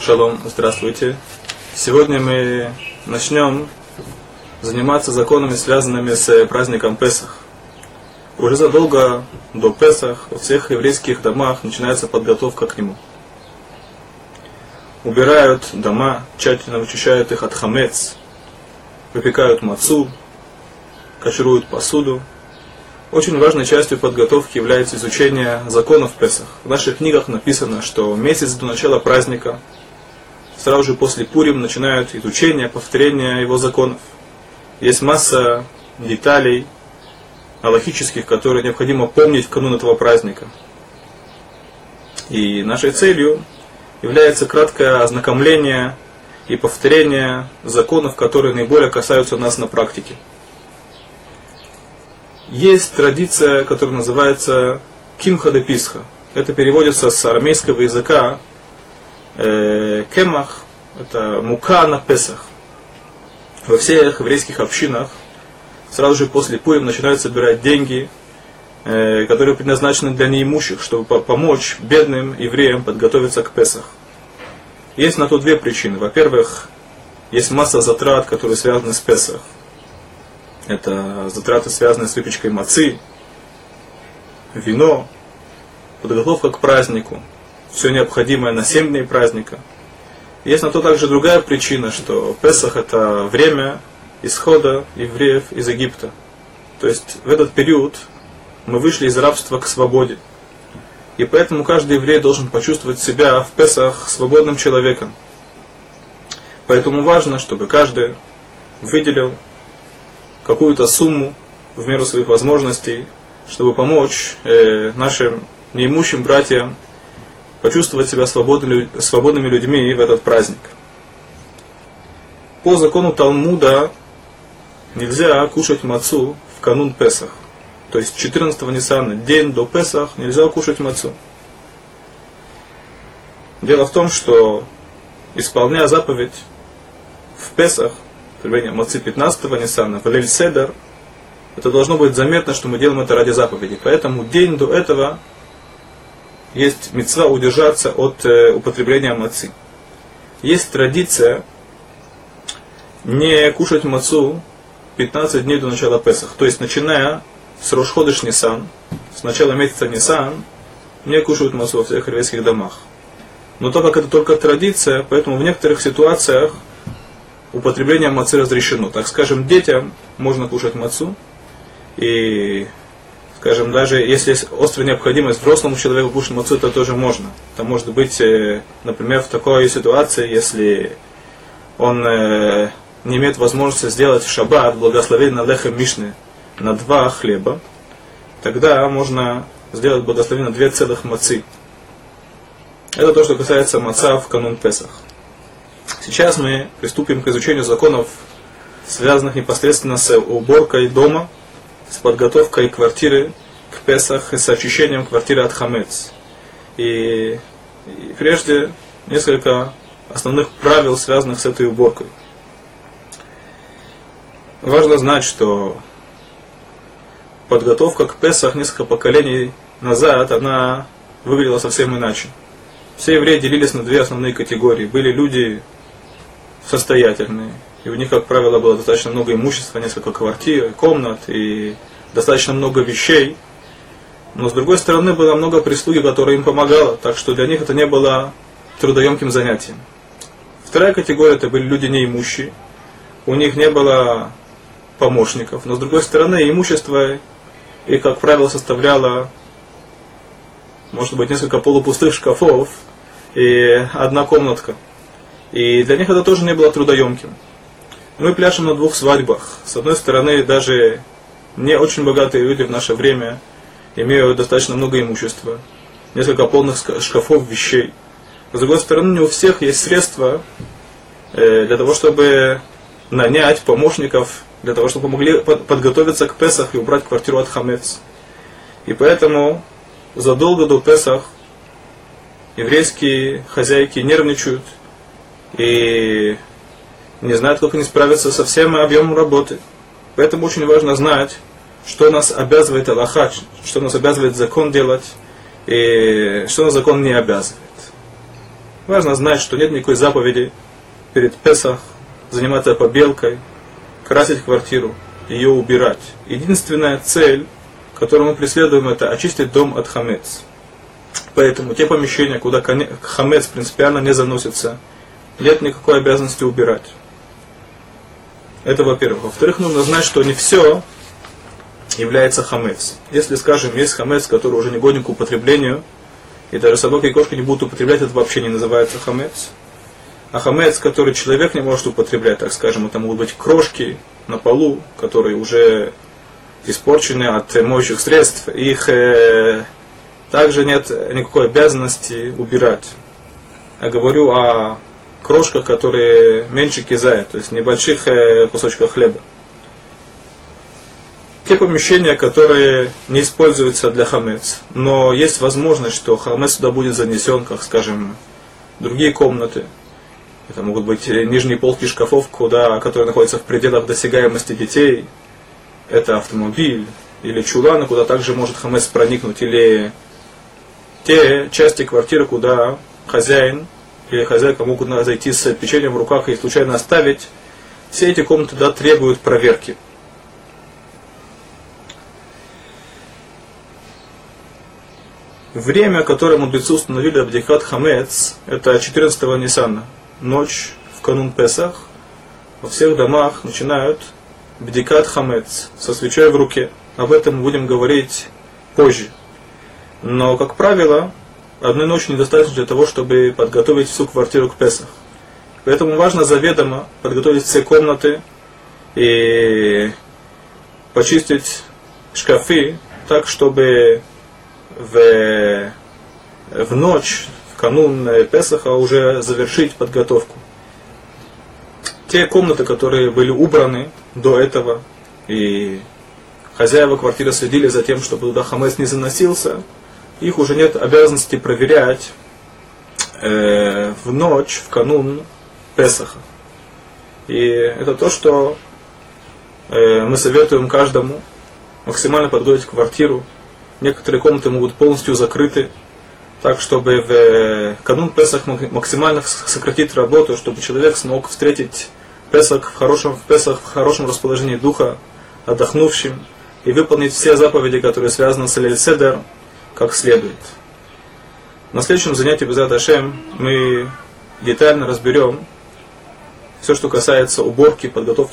Шалом, здравствуйте. Сегодня мы начнем заниматься законами, связанными с праздником Песах. Уже задолго до Песах во всех еврейских домах начинается подготовка к нему. Убирают дома, тщательно вычищают их от хамец, выпекают мацу, кашируют посуду. Очень важной частью подготовки является изучение законов Песах. В наших книгах написано, что месяц до начала праздника, сразу же после Пурим, начинают изучение, повторение его законов. Есть масса деталей алахических, которые необходимо помнить в канун этого праздника. И нашей целью является краткое ознакомление и повторение законов, которые наиболее касаются нас на практике. Есть традиция, которая называется кимха де писха. Это переводится с арамейского языка кемах, это мука на Песах. Во всех еврейских общинах сразу же после Пурим начинают собирать деньги, которые предназначены для неимущих, чтобы помочь бедным евреям подготовиться к Песах. Есть на то две причины. Во-первых, есть масса затрат, которые связаны с Песах. Это затраты, связанные с выпечкой мацы, вино, подготовка к празднику, все необходимое на 7 дней праздника. Есть на то также другая причина, что Песах это время исхода евреев из Египта. То есть в этот период мы вышли из рабства к свободе. И поэтому каждый еврей должен почувствовать себя в Песах свободным человеком. Поэтому важно, чтобы каждый выделил какую-то сумму в меру своих возможностей, чтобы помочь нашим неимущим братьям почувствовать себя свободными людьми в этот праздник. По закону Талмуда нельзя кушать мацу в канун Песах. То есть 14-го Ниссана, день до Песах, нельзя кушать мацу. Дело в том, что исполняя заповедь в Песах, употребление мацы 15-го Ниссана, в Лейль Седер, это должно быть заметно, что мы делаем это ради заповеди. Поэтому день до этого есть мицва удержаться от употребления мацы. Есть традиция не кушать мацу 15 дней до начала Песах. То есть начиная с Рош ходеш Ниссан, с начала месяца Ниссан, не кушают мацу во всех еврейских домах. Но так как это только традиция, поэтому в некоторых ситуациях употребление мацы разрешено. Так скажем, детям можно кушать мацу, и, скажем, даже если есть острая необходимость взрослому человеку кушать мацу, это тоже можно. Это может быть, например, в такой ситуации, если он не имеет возможности сделать в шаббат благословение на лехем мишны на 2 хлеба, тогда можно сделать благословение на 2 целых мацы. Это то, что касается маца в канун Песах. Сейчас мы приступим к изучению законов, связанных непосредственно с уборкой дома, с подготовкой квартиры к Песах и с очищением квартиры от хамец. И прежде несколько основных правил, связанных с этой уборкой. Важно знать, что подготовка к Песах несколько поколений назад, она выглядела совсем иначе. Все евреи делились на 2 основные категории. Были люди состоятельные, и у них, как правило, было достаточно много имущества, несколько квартир, комнат и достаточно много вещей. Но с другой стороны, было много прислуги, которая им помогала, так что для них это не было трудоемким занятием. Вторая категория — это были люди неимущие. У них не было помощников, но с другой стороны, имущество и, как правило, составляло, может быть, несколько полупустых шкафов и 1 комнатка. И для них это тоже не было трудоемким. Мы пляшем на 2 свадьбах. С одной стороны, даже не очень богатые люди в наше время имеют достаточно много имущества, несколько полных шкафов вещей. С другой стороны, не у всех есть средства для того, чтобы нанять помощников, для того, чтобы помогли подготовиться к Песах и убрать квартиру от хамец. И поэтому задолго до Песах еврейские хозяйки нервничают и не знают, как они справятся со всем объемом работы. Поэтому очень важно знать, что нас обязывает Аллаха, что нас обязывает закон делать, и что нас закон не обязывает. Важно знать, что нет никакой заповеди перед Песах заниматься побелкой, красить квартиру, ее убирать. Единственная цель, которую мы преследуем, это очистить дом от хамец. Поэтому те помещения, куда хамец принципиально не заносится, нет никакой обязанности убирать. Это во-первых. Во-вторых, нужно знать, что не все является хамец. Если, скажем, есть хамец, который уже не годен к употреблению, и даже собака и кошка не будут употреблять, это вообще не называется хамец. А хамец, который человек не может употреблять, так скажем, это могут быть крошки на полу, которые уже испорчены от моющих средств, их также нет никакой обязанности убирать. Я говорю о крошках, которые меньше кизая, то есть небольших кусочках хлеба. Те помещения, которые не используются для хамец, но есть возможность, что хамец туда будет занесен, как, скажем, другие комнаты. Это могут быть нижние полки шкафов, которые находятся в пределах досягаемости детей. Это автомобиль или чуланы, куда также может хамец проникнуть, или те части квартиры, куда хозяин или хозяйка могут зайти с печеньем в руках и случайно оставить. Все эти комнаты требуют проверки. Время, которое мудрецы установили абдикат хамец, это 14 Ниссана, ночь в канун Песах. Во всех домах начинают бдикат хамец со свечой в руке. Об этом мы будем говорить позже. Но, как правило, одной ночи недостаточно для того, чтобы подготовить всю квартиру к Песах. Поэтому важно заведомо подготовить все комнаты и почистить шкафы так, чтобы в ночь, в канун Песаха уже завершить подготовку. Те комнаты, которые были убраны до этого, и хозяева квартиры следили за тем, чтобы туда хамец не заносился, их уже нет обязанности проверять в ночь, в канун Песаха. И это то, что мы советуем каждому максимально подготовить квартиру. Некоторые комнаты могут полностью закрыты, так чтобы в канун Песах максимально сократить работу, чтобы человек смог встретить Песах в хорошем расположении духа, отдохнувшим, и выполнить все заповеди, которые связаны с Лейль Седер, как следует. На следующем занятии Бе'эзрат Ашем мы детально разберем все, что касается уборки, подготовки